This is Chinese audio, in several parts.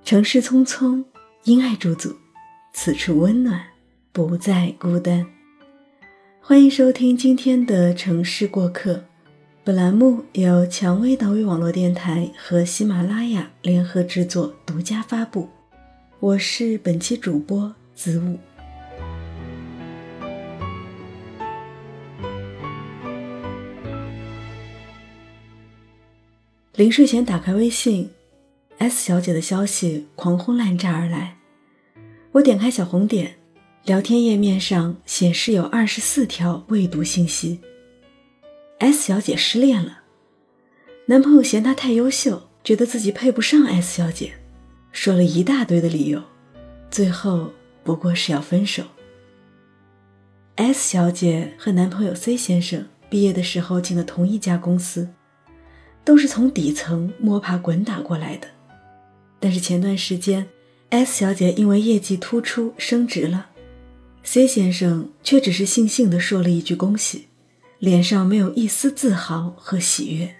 城市匆匆，因爱驻足，此处温暖，不再孤单。欢迎收听今天的城市过客，本栏目由蔷薇岛屿网络电台和喜马拉雅联合制作，独家发布。我是本期主播子午。临睡前打开微信， S 小姐的消息狂轰滥炸而来。我点开小红点，聊天页面上显示有24条未读信息。 S 小姐失恋了，男朋友嫌她太优秀，觉得自己配不上 S 小姐，说了一大堆的理由，最后不过是要分手。 S 小姐和男朋友 C 先生毕业的时候进了同一家公司，都是从底层摸爬滚打过来的。但是前段时间 S 小姐因为业绩突出升职了， C 先生却只是悻悻地说了一句恭喜，脸上没有一丝自豪和喜悦。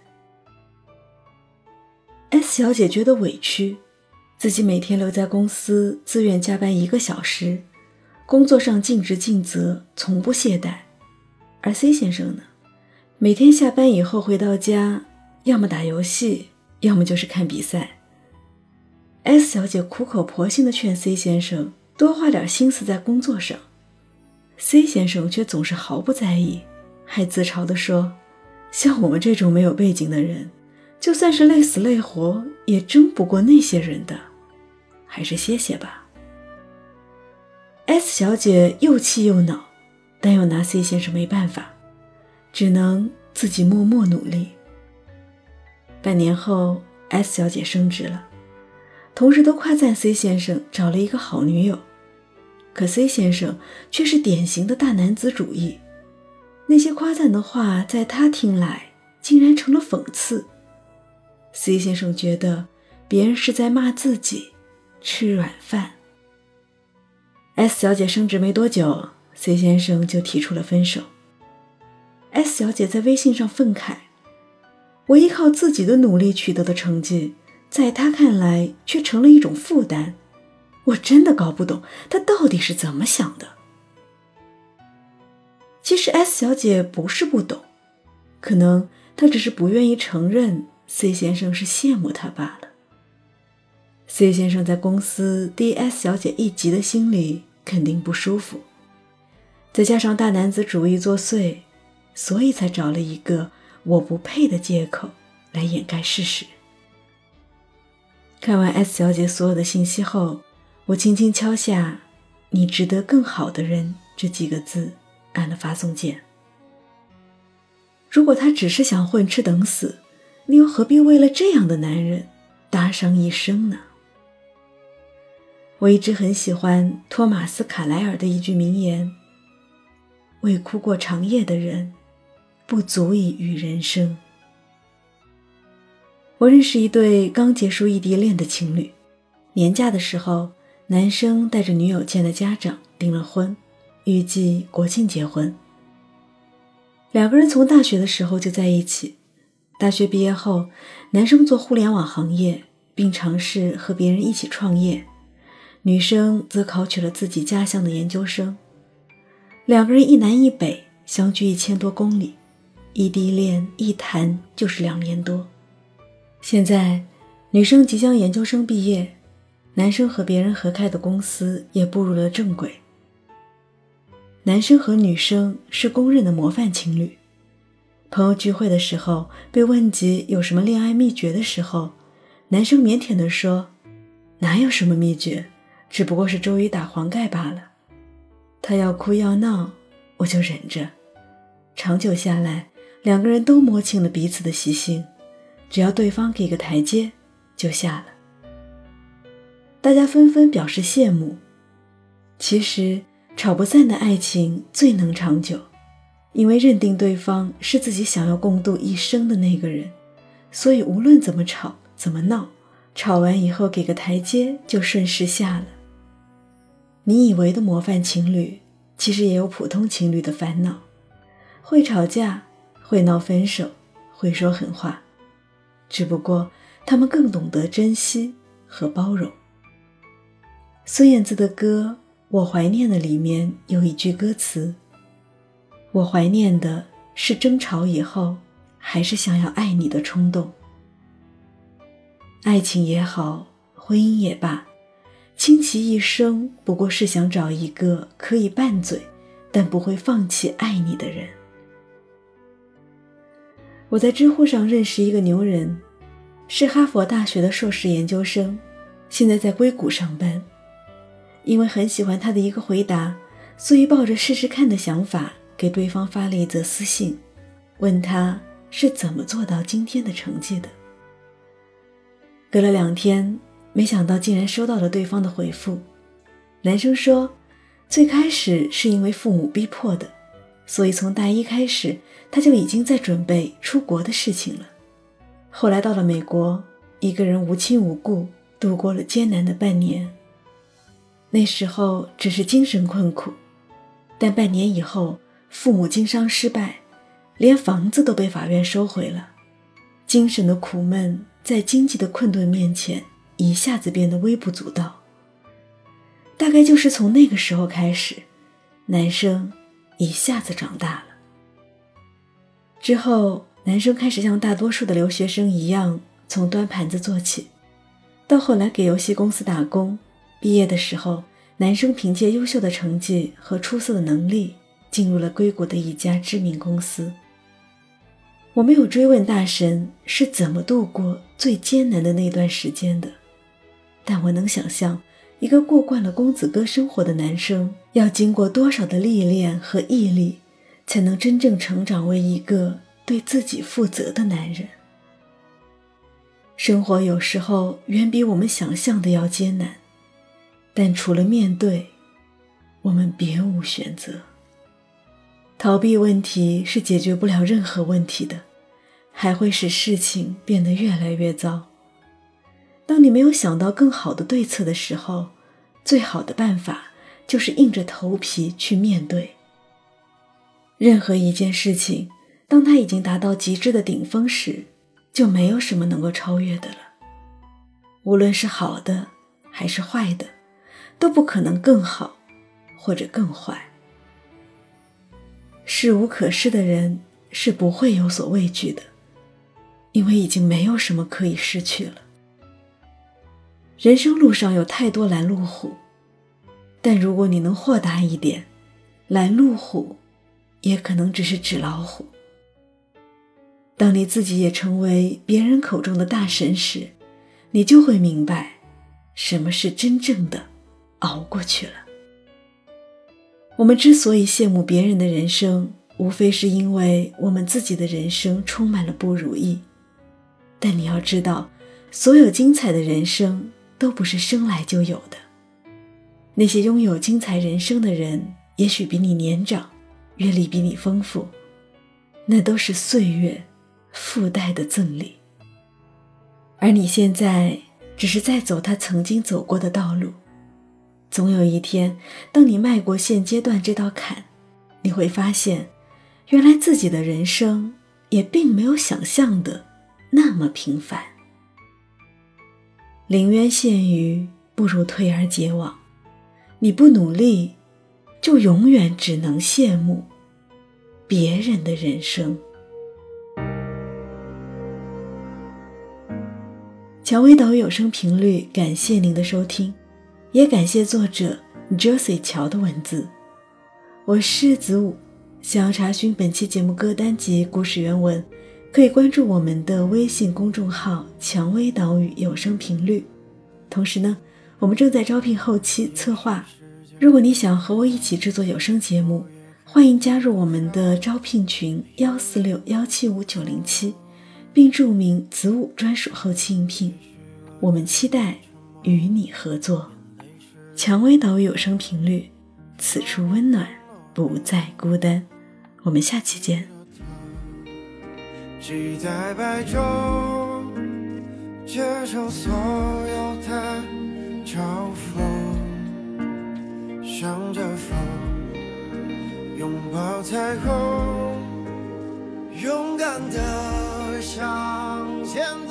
S 小姐觉得委屈，自己每天留在公司自愿加班1个小时，工作上尽职尽责，从不懈怠。而 C 先生呢，每天下班以后回到家，要么打游戏，要么就是看比赛。S 小姐苦口婆心地劝 C 先生多花点心思在工作上， C 先生却总是毫不在意，还自嘲地说，像我们这种没有背景的人，就算是累死累活也争不过那些人的，还是歇歇吧。 S 小姐又气又恼，但又拿 C 先生没办法，只能自己默默努力。半年后 S 小姐升职了，同事都夸赞 C 先生找了一个好女友，可 C 先生却是典型的大男子主义，那些夸赞的话在他听来竟然成了讽刺。 C 先生觉得别人是在骂自己吃软饭。 S 小姐升职没多久， C 先生就提出了分手。 S 小姐在微信上愤慨，我依靠自己的努力取得的成绩，在他看来却成了一种负担，我真的搞不懂他到底是怎么想的。其实 S 小姐不是不懂，可能她只是不愿意承认 C 先生是羡慕她罢了。 C 先生在公司低 S 小姐一级的心里肯定不舒服，再加上大男子主义作祟，所以才找了一个我不配的借口来掩盖事实。看完 S 小姐所有的信息后，我轻轻敲下你值得更好的人这几个字，按了发送键。如果他只是想混吃等死，你又何必为了这样的男人搭上一生呢？我一直很喜欢托马斯·卡莱尔的一句名言，为哭过长夜的人不足以与人生。我认识一对刚结束异地恋的情侣，年假的时候，男生带着女友见了家长，订了婚，预计国庆结婚。两个人从大学的时候就在一起，大学毕业后，男生做互联网行业，并尝试和别人一起创业，女生则考取了自己家乡的研究生。两个人一南一北，相距1000多公里，异地恋一谈就是2年多。现在女生即将研究生毕业，男生和别人合开的公司也步入了正轨。男生和女生是公认的模范情侣，朋友聚会的时候被问及有什么恋爱秘诀的时候，男生腼腆地说，哪有什么秘诀，只不过是周瑜打黄盖罢了。他要哭要闹，我就忍着。长久下来，两个人都摸清了彼此的习性，只要对方给个台阶就下了。大家纷纷表示羡慕。其实吵不散的爱情最能长久，因为认定对方是自己想要共度一生的那个人，所以无论怎么吵怎么闹，吵完以后给个台阶就顺势下了。你以为的模范情侣，其实也有普通情侣的烦恼，会吵架，会闹分手，会说狠话，只不过他们更懂得珍惜和包容。 孙燕姿的歌《我怀念的》里面有一句歌词，我怀念的是争吵以后还是想要爱你的冲动。爱情也好，婚姻也罢，倾其一生不过是想找一个可以拌嘴但不会放弃爱你的人。我在知乎上认识一个牛人，是哈佛大学的硕士研究生，现在在硅谷上班。因为很喜欢他的一个回答，所以抱着试试看的想法给对方发了一则私信，问他是怎么做到今天的成绩的。隔了2天，没想到竟然收到了对方的回复。男生说，最开始是因为父母逼迫的，所以从大一开始他就已经在准备出国的事情了。后来到了美国，一个人无亲无故度过了艰难的半年。那时候只是精神困苦，但半年以后，父母经商失败，连房子都被法院收回了。精神的苦闷在经济的困顿面前一下子变得微不足道。大概就是从那个时候开始，男生一下子长大了。之后，男生开始像大多数的留学生一样，从端盘子做起，到后来给游戏公司打工。毕业的时候，男生凭借优秀的成绩和出色的能力，进入了硅谷的一家知名公司。我没有追问大神是怎么度过最艰难的那段时间的，但我能想象，一个过惯了公子哥生活的男生，要经过多少的历练和毅力，才能真正成长为一个对自己负责的男人。生活有时候远比我们想象的要艰难，但除了面对，我们别无选择。逃避问题是解决不了任何问题的，还会使事情变得越来越糟。当你没有想到更好的对策的时候，最好的办法就是硬着头皮去面对。任何一件事情，当它已经达到极致的顶峰时，就没有什么能够超越的了。无论是好的还是坏的，都不可能更好或者更坏。事无可失的人是不会有所畏惧的，因为已经没有什么可以失去了。人生路上有太多拦路虎，但如果你能豁达一点，拦路虎也可能只是纸老虎。当你自己也成为别人口中的大神时，你就会明白什么是真正的熬过去了。我们之所以羡慕别人的人生，无非是因为我们自己的人生充满了不如意。但你要知道，所有精彩的人生都不是生来就有的。那些拥有精彩人生的人，也许比你年长，阅历比你丰富，那都是岁月附带的赠礼。而你现在只是在走他曾经走过的道路。总有一天，当你迈过现阶段这道坎，你会发现，原来自己的人生也并没有想象的那么平凡。临渊羡鱼，不如退而结网。你不努力，就永远只能羡慕别人的人生。蔷薇岛屿有声频率，感谢您的收听，也感谢作者 Josie 乔的文字。我是子午，想要查询本期节目歌单及故事原文，可以关注我们的微信公众号蔷薇岛屿有声频率。同时呢，我们正在招聘后期策划，如果你想和我一起制作有声节目，欢迎加入我们的招聘群146175907，并注明子午专属后期应聘，我们期待与你合作。蔷薇岛屿有声频率，此处温暖，不再孤单。我们下期见。 期待白昼，接受所有的嘲讽，向着风，拥抱彩虹，勇敢地向前走。